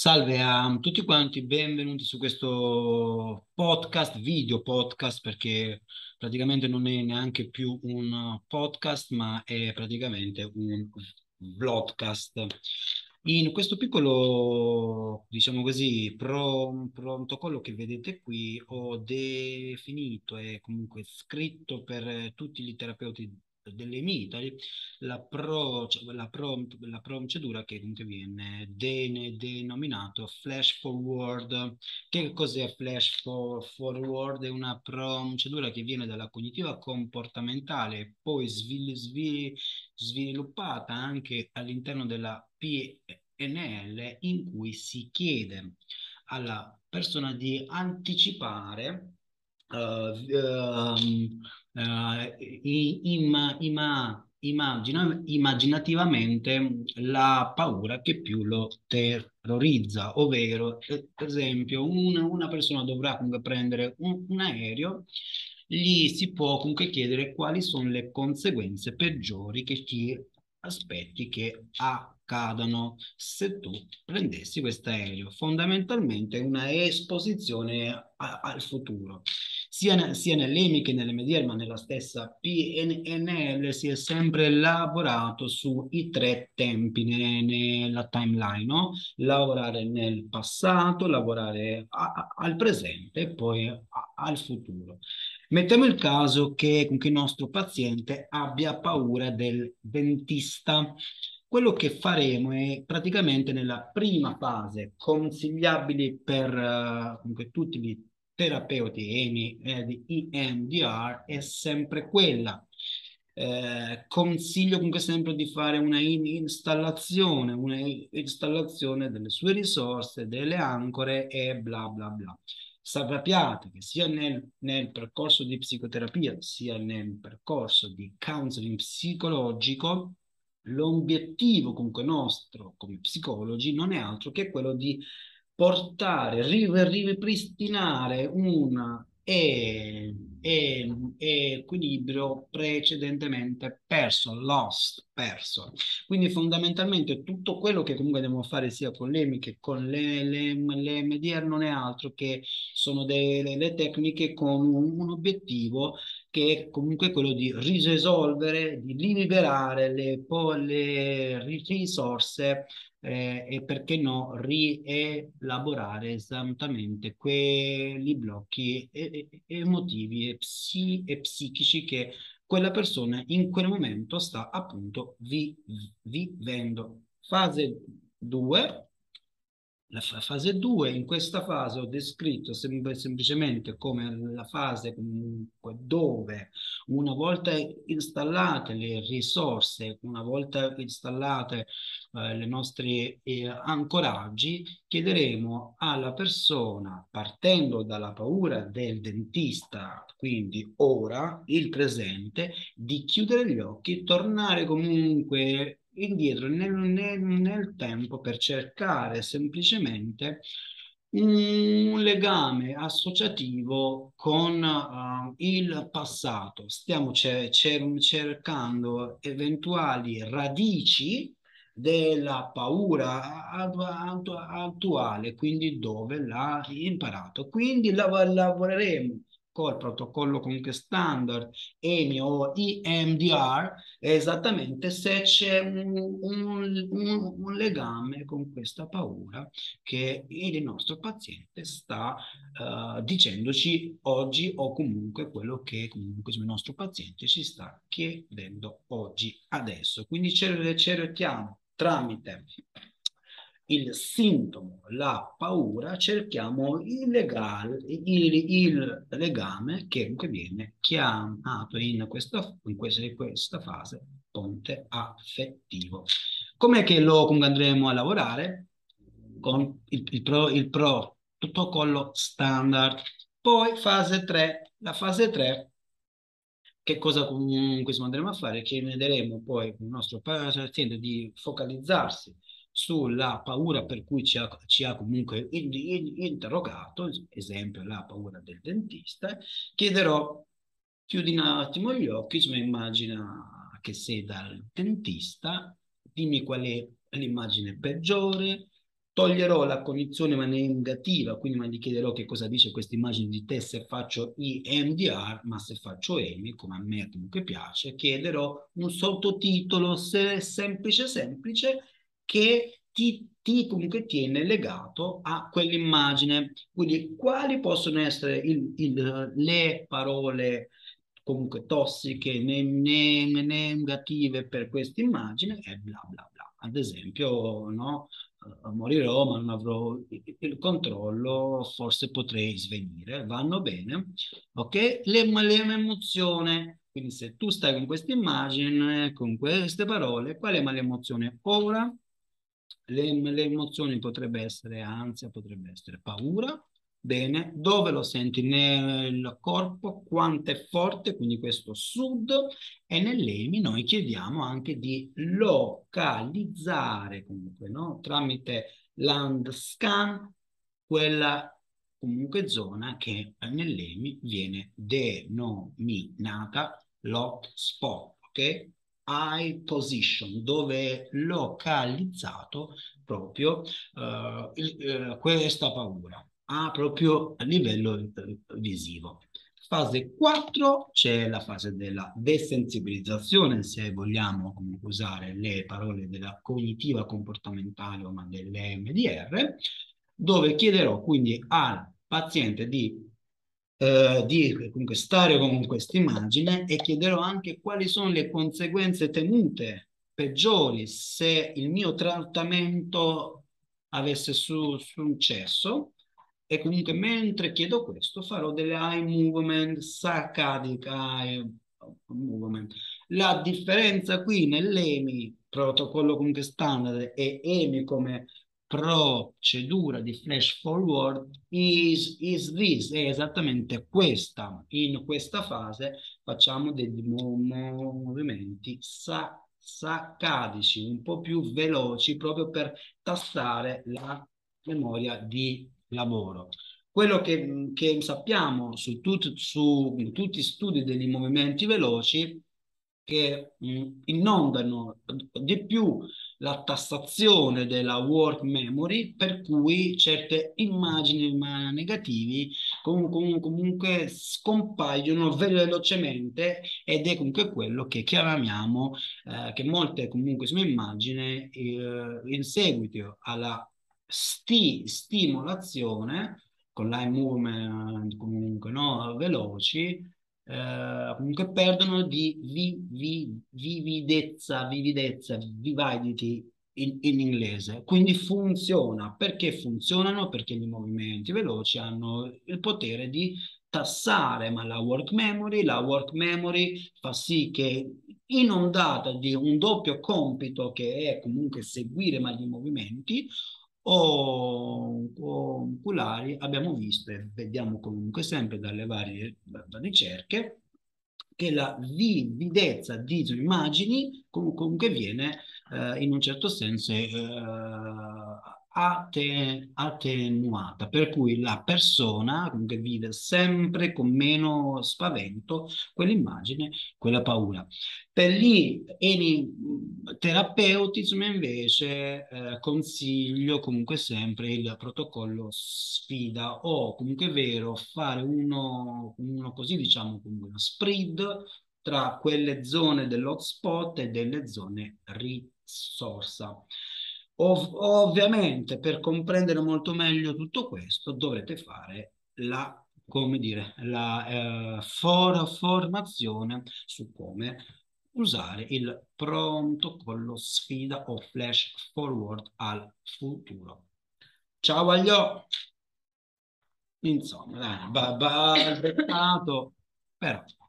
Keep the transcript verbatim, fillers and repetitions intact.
Salve a tutti quanti, benvenuti su questo podcast, video podcast, perché praticamente non è neanche più un podcast, ma è praticamente un vlogcast. In questo piccolo, diciamo così, pro- protocollo che vedete qui, ho definito e comunque scritto per tutti i terapeuti delle Italy la, pro, cioè, la, pro- la procedura che comunque viene de- denominato flash forward. Che cos'è flash for- forward? È una procedura che viene dalla cognitiva comportamentale, poi svil- svil- sviluppata anche all'interno della P N L, in cui si chiede alla persona di anticipare eh, ehm, eh, i- im- ima- immagina- immaginativamente la paura che più lo terrorizza, ovvero, eh, per esempio, un- una persona dovrà comunque prendere un, un aereo, gli si può comunque chiedere quali sono le conseguenze peggiori che ti aspetti che accadano se tu prendessi questo aereo. Fondamentalmente è una esposizione a- al futuro. Sia, ne- sia nell'E M I che nelle Medier, ma nella stessa P N L si è sempre lavorato sui tre tempi ne- nella timeline, no? Lavorare nel passato, lavorare a- a- al presente e poi a- al futuro. Mettiamo il caso che, che il nostro paziente abbia paura del dentista. Quello che faremo è praticamente nella prima fase, consigliabili per eh, comunque tutti i terapeuti E M I ed E M D R, è sempre quella. Eh, consiglio comunque sempre di fare una in- installazione, una installazione delle sue risorse, delle ancore e bla bla bla. Sappiate che sia nel, nel percorso di psicoterapia, sia nel percorso di counseling psicologico, l'obiettivo comunque nostro come psicologi non è altro che quello di portare, ri- ripristinare un e- e- equilibrio precedentemente perso, lost, perso. Quindi fondamentalmente tutto quello che comunque dobbiamo fare sia con l'E M I che con le, le, le M D R non è altro che sono delle, le tecniche con un, un obiettivo che è comunque quello di risolvere, di liberare le, po- le ri- risorse eh, e perché no rielaborare esattamente quelli blocchi e- e- emotivi e, psi- e psichici che quella persona in quel momento sta appunto vi- vivendo. Fase due. La fa- fase due, in questa fase ho descritto sem- semplicemente come la fase comunque dove una volta installate le risorse, una volta installate eh, le nostre eh, ancoraggi, chiederemo alla persona, partendo dalla paura del dentista, quindi ora, il presente, di chiudere gli occhi, tornare comunque indietro nel, nel- nel tempo per cercare semplicemente un legame associativo con eh, il passato. Stiamo ce- cer- cercando eventuali radici della paura attu- attu- attuale, quindi dove l'ha imparato. Quindi lav- lavoreremo col protocollo comunque standard E M I o E M D R esattamente se c'è un, un- un- un legame con questa paura che il nostro paziente sta eh, dicendoci oggi o comunque quello che comunque il nostro paziente ci sta chiedendo oggi, adesso. Quindi cer- cerchiamo tramite il sintomo, la paura, cerchiamo il, legale, il, il legame che comunque viene chiamato in questa, in questa, in questa fase ponte affettivo. Com'è che lo comunque andremo a lavorare? Con il, il, pro, il pro protocollo standard. Poi fase tre. La fase tre, che cosa comunque andremo a fare? Chiederemo poi al nostro paziente di focalizzarsi sulla paura per cui ci ha, ci ha comunque in- in- interrogato, esempio la paura del dentista. Chiederò, chiudi un attimo gli occhi, insomma, immagina che sei dal dentista, dimmi qual è l'immagine peggiore, toglierò la cognizione negativa, quindi ma gli chiederò che cosa dice questa immagine di te se faccio E M D R, ma se faccio E M I, come a me comunque piace, chiederò un sottotitolo se- semplice semplice che ti, ti comunque tiene legato a quell'immagine. Quindi quali possono essere il- il- le parole comunque tossiche, ne- ne- negative per questa immagine e bla bla bla. Ad esempio, no? Eh, morirò, ma non avrò il il controllo, forse potrei svenire. Vanno bene? Ok? Le, le emozioni. Quindi se tu stai con questa immagine, con queste parole, qual è l'emozione? Ora, le, le emozioni potrebbe essere ansia, potrebbe essere paura. Bene, dove lo senti nel corpo, quanto è forte, quindi questo sud, e nell'E M I noi chiediamo anche di localizzare comunque, no? Tramite Landscan, quella comunque zona che nell'E M I viene denominata l'hotspot, ok? Eye position, dove è localizzato proprio eh, il- eh, questa paura, ha proprio a livello eh, visivo. Fase quattro c'è la fase della desensibilizzazione, se vogliamo comunque usare le parole della cognitiva comportamentale o dell'E M D R, dove chiederò quindi al paziente di eh, di comunque stare con questa immagine e chiederò anche quali sono le conseguenze temute peggiori se il mio trattamento avesse su- successo. E comunque mentre chiedo questo farò delle eye movement, saccadic eye movement. La differenza qui nell'E M I, protocollo comunque standard, e E M I come procedura di flash forward is, is this, è esattamente questa. In questa fase facciamo dei mo- mo- movimenti sa- saccadici, un po' più veloci, proprio per tastare la memoria di lavoro. Quello che, che sappiamo su, tut- su tutti gli studi degli movimenti veloci che mh, inondano di più la tassazione della work memory, per cui certe immagini ma negativi com- com- comunque scompaiono velocemente ed è comunque quello che chiamiamo, eh, che molte comunque sono immagini eh, in seguito alla sti- stimolazione con l'eye movement comunque no, veloci, eh, comunque perdono di vi- vi- vividezza, vividezza, vivacity in, in inglese. Quindi funziona. Perché funzionano? Perché i movimenti veloci hanno il potere di tassare, ma la work memory, la work memory fa sì che inondata di un doppio compito che è comunque seguire ma gli movimenti, o, o oculari abbiamo visto e vediamo comunque sempre dalle varie da- da ricerche che la vividezza di immagini com- comunque viene eh, in un certo senso eh, atte- attenuata, per cui la persona comunque vive sempre con meno spavento quell'immagine, quella paura. Per gli eni terapeutismo invece eh, consiglio comunque sempre il protocollo sfida o comunque è vero fare uno, uno così diciamo comunque uno spread tra quelle zone dell'hotspot e delle zone risorsa. Ov- ovviamente per comprendere molto meglio tutto questo dovrete fare la, come dire, la eh, for- formazione su come usare il protocollo sfida o flash forward al futuro. Ciao Aglio! Insomma, dai, ba- balbettato, però